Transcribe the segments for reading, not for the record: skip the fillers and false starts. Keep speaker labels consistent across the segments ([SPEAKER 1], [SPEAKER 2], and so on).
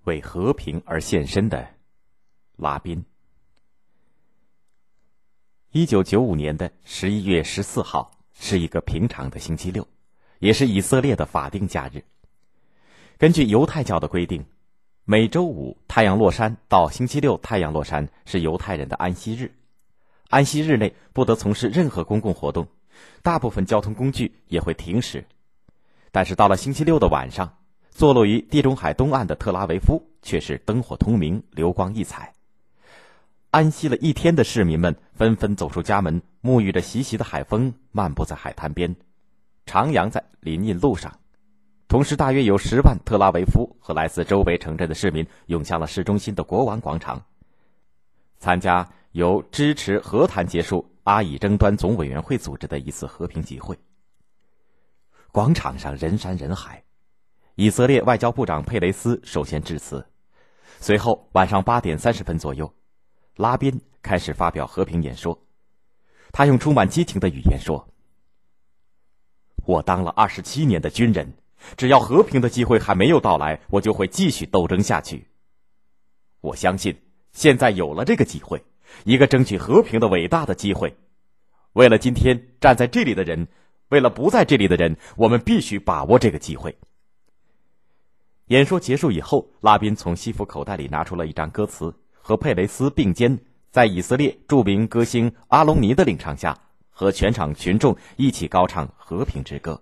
[SPEAKER 1] 为和平而献身的拉宾。1995年的11月14号是一个平常的星期六，也是以色列的法定假日。根据犹太教的规定，每周五太阳落山到星期六太阳落山是犹太人的安息日。安息日内不得从事任何公共活动，大部分交通工具也会停驶。但是到了星期六的晚上，坐落于地中海东岸的特拉维夫却是灯火通明，流光溢彩。安息了一天的市民们纷纷走出家门，沐浴着习习的海风，漫步在海滩边，徜徉在林荫路上。同时大约有10万特拉维夫和来自周围城镇的市民涌向了市中心的国王广场，参加由支持和谈结束阿以争端总委员会组织的一次和平集会。广场上人山人海，以色列外交部长佩雷斯首先致辞，随后晚上8点30分左右，拉宾开始发表和平演说。他用充满激情的语言说：我当了27年的军人，只要和平的机会还没有到来，我就会继续斗争下去。我相信现在有了这个机会，一个争取和平的伟大的机会。为了今天站在这里的人，为了不在这里的人，我们必须把握这个机会。演说结束以后，拉宾从西服口袋里拿出了一张歌词，和佩雷斯并肩，在以色列著名歌星阿隆尼的领唱下，和全场群众一起高唱和平之歌。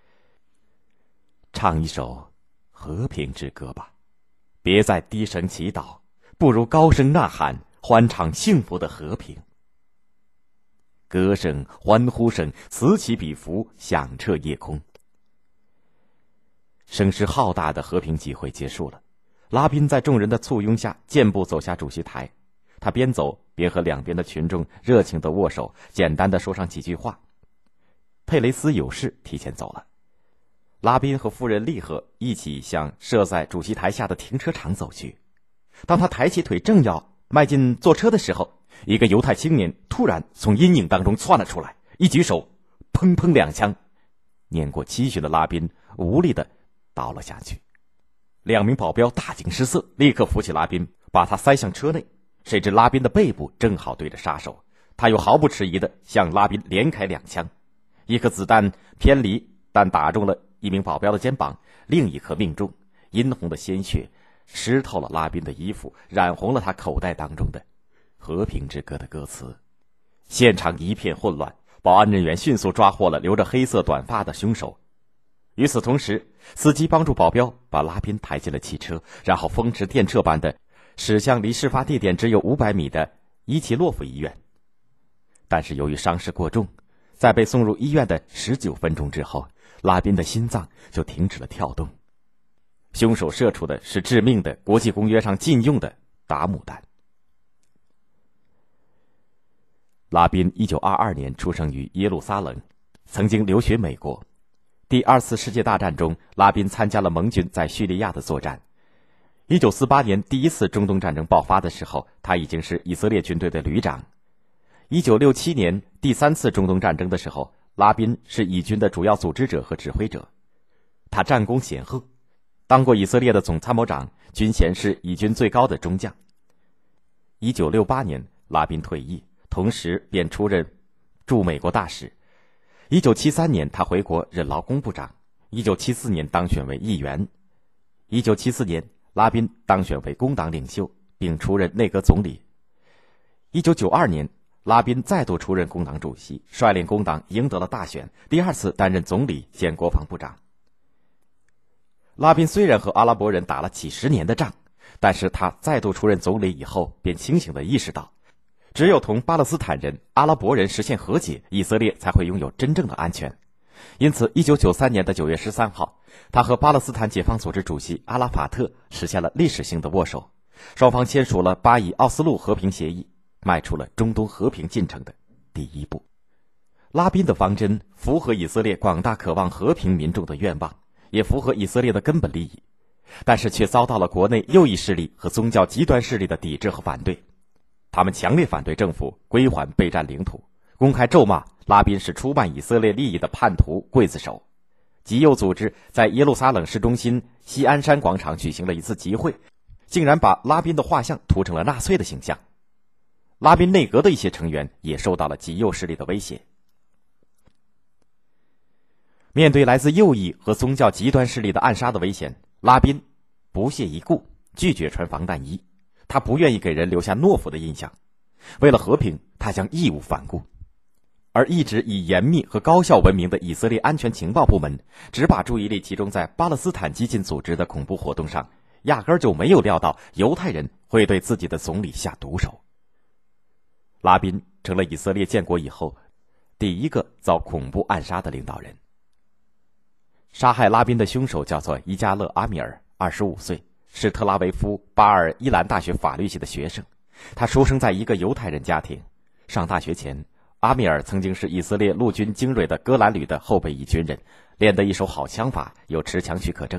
[SPEAKER 1] 唱一首和平之歌吧，别再低声祈祷，不如高声呐喊，欢唱幸福的和平。歌声欢呼声此起彼伏，响彻夜空。声势浩大的和平集会结束了，拉宾在众人的簇拥下健步走下主席台，他边走边和两边的群众热情地握手，简单地说上几句话。佩雷斯有事提前走了，拉宾和夫人利赫一起向设在主席台下的停车场走去。当他抬起腿正要迈进坐车的时候，一个犹太青年突然从阴影当中窜了出来，一举手，砰砰2枪，年过70的拉宾无力地倒了下去。2名保镖大惊失色，立刻扶起拉宾，把他塞向车内。谁知拉宾的背部正好对着杀手，他又毫不迟疑地向拉宾连开2枪，一颗子弹偏离，但打中了一名保镖的肩膀，另一颗命中，殷红的鲜血湿透了拉宾的衣服，染红了他口袋当中的和平之歌的歌词。现场一片混乱，保安人员迅速抓获了留着黑色短发的凶手。与此同时，司机帮助保镖把拉宾抬进了汽车，然后风驰电掣般的驶向离事发地点只有500米的伊奇洛夫医院。但是由于伤势过重，在被送入医院的19分钟之后，拉宾的心脏就停止了跳动。凶手射出的是致命的国际公约上禁用的达姆弹。拉宾1922年出生于耶路撒冷，曾经留学美国。第2次世界大战中，拉宾参加了盟军在叙利亚的作战。1948年第1次中东战争爆发的时候，他已经是以色列军队的旅长。1967年第3次中东战争的时候，拉宾是以军的主要组织者和指挥者。他战功显赫，当过以色列的总参谋长，军衔是以军最高的中将。1968年，拉宾退役，同时便出任驻美国大使。1973年，他回国任劳工部长。1974年当选为议员。1974年，拉宾当选为工党领袖，并出任内阁总理。1992年，拉宾再度出任工党主席，率领工党赢得了大选，第2次担任总理兼国防部长。拉宾虽然和阿拉伯人打了几十年的仗，但是他再度出任总理以后，便清醒地意识到，只有同巴勒斯坦人、阿拉伯人实现和解，以色列才会拥有真正的安全。因此1993年的9月13号，他和巴勒斯坦解放组织主席阿拉法特实现了历史性的握手，双方签署了巴以奥斯陆和平协议，迈出了中东和平进程的第一步。拉宾的方针符合以色列广大渴望和平民众的愿望，也符合以色列的根本利益，但是却遭到了国内右翼势力和宗教极端势力的抵制和反对。他们强烈反对政府归还被占领土，公开咒骂拉宾是出卖以色列利益的叛徒刽子手。极右组织在耶路撒冷市中心西安山广场举行了一次集会， 竟然把拉宾的画像涂成了纳粹的形象。拉宾内阁的一些成员也受到了极右势力的威胁。面对来自右翼和宗教极端势力的暗杀的危险，拉宾不屑一顾，拒绝穿防弹衣。他不愿意给人留下懦夫的印象。为了和平，他将义无反顾。而一直以严密和高效闻名的以色列安全情报部门，只把注意力集中在巴勒斯坦激进组织的恐怖活动上，压根儿就没有料到犹太人会对自己的总理下毒手。拉宾成了以色列建国以后第一个遭恐怖暗杀的领导人。杀害拉宾的凶手叫做伊加勒·阿米尔，25岁，是特拉维夫巴尔伊兰大学法律系的学生。他出生在一个犹太人家庭。上大学前，阿米尔曾经是以色列陆军精锐的戈兰旅的后备役军人，练得一手好枪法，有持枪许可证。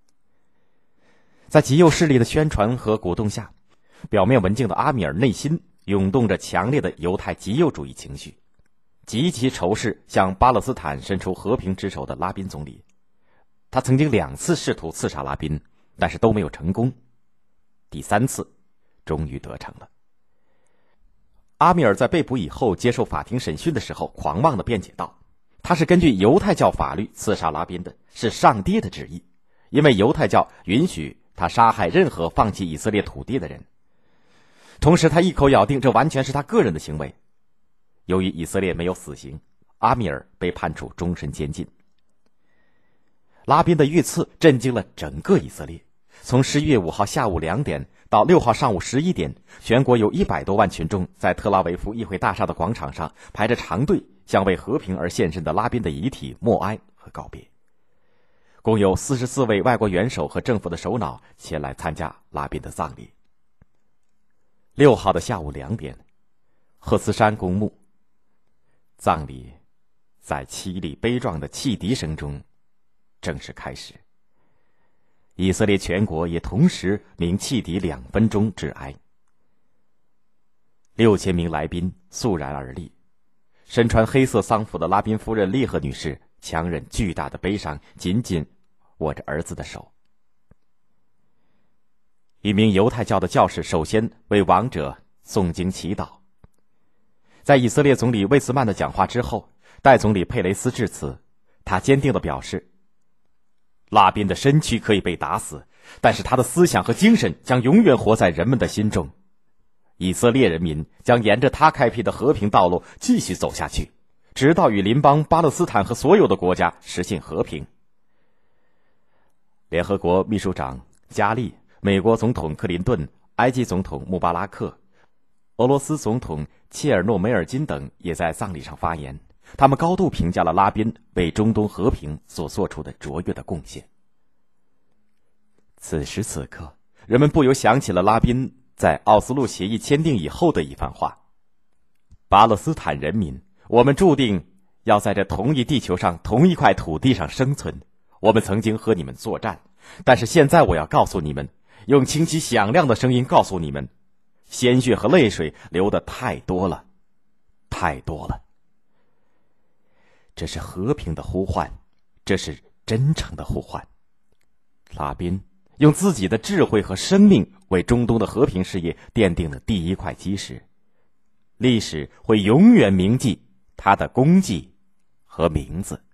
[SPEAKER 1] 在极右势力的宣传和鼓动下，表面文静的阿米尔内心涌动着强烈的犹太极右主义情绪，极其仇视向巴勒斯坦伸出和平之手的拉宾总理。他曾经2次试图刺杀拉宾，但是都没有成功。第3次终于得逞了。阿米尔在被捕以后接受法庭审讯的时候，狂妄地辩解道，他是根据犹太教法律刺杀拉宾的，是上帝的旨意，因为犹太教允许他杀害任何放弃以色列土地的人。同时他一口咬定这完全是他个人的行为。由于以色列没有死刑，阿米尔被判处终身监禁。拉宾的遇刺震惊了整个以色列。从11月5号下午2点到6号上午11点，全国有100多万群众在特拉维夫议会大厦的广场上排着长队，向为和平而献身的拉宾的遗体默哀和告别。共有44位外国元首和政府的首脑前来参加拉宾的葬礼。6号的下午2点，赫茨山公墓，葬礼在凄厉悲壮的汽笛声中正式开始。以色列全国也同时鸣汽笛2分钟致哀。6000名来宾肃然而立，身穿黑色丧服的拉宾夫人利赫女士强忍巨大的悲伤，紧紧握着儿子的手。一名犹太教的教士首先为亡者诵经祈祷。在以色列总理魏斯曼的讲话之后，代总理佩雷斯致辞，他坚定地表示，拉宾的身躯可以被打死，但是他的思想和精神将永远活在人们的心中。以色列人民将沿着他开辟的和平道路继续走下去，直到与邻邦巴勒斯坦和所有的国家实现和平。联合国秘书长加利、美国总统克林顿、埃及总统穆巴拉克、俄罗斯总统切尔诺梅尔金等也在葬礼上发言，他们高度评价了拉宾为中东和平所做出的卓越的贡献。此时此刻，人们不由想起了拉宾在奥斯陆协议签订以后的一番话：巴勒斯坦人民，我们注定要在这同一地球上同一块土地上生存。我们曾经和你们作战，但是现在我要告诉你们，用清晰响亮的声音告诉你们，鲜血和泪水流得太多了，太多了。这是和平的呼唤，这是真诚的呼唤。拉宾用自己的智慧和生命为中东的和平事业奠定了第一块基石，历史会永远铭记他的功绩和名字。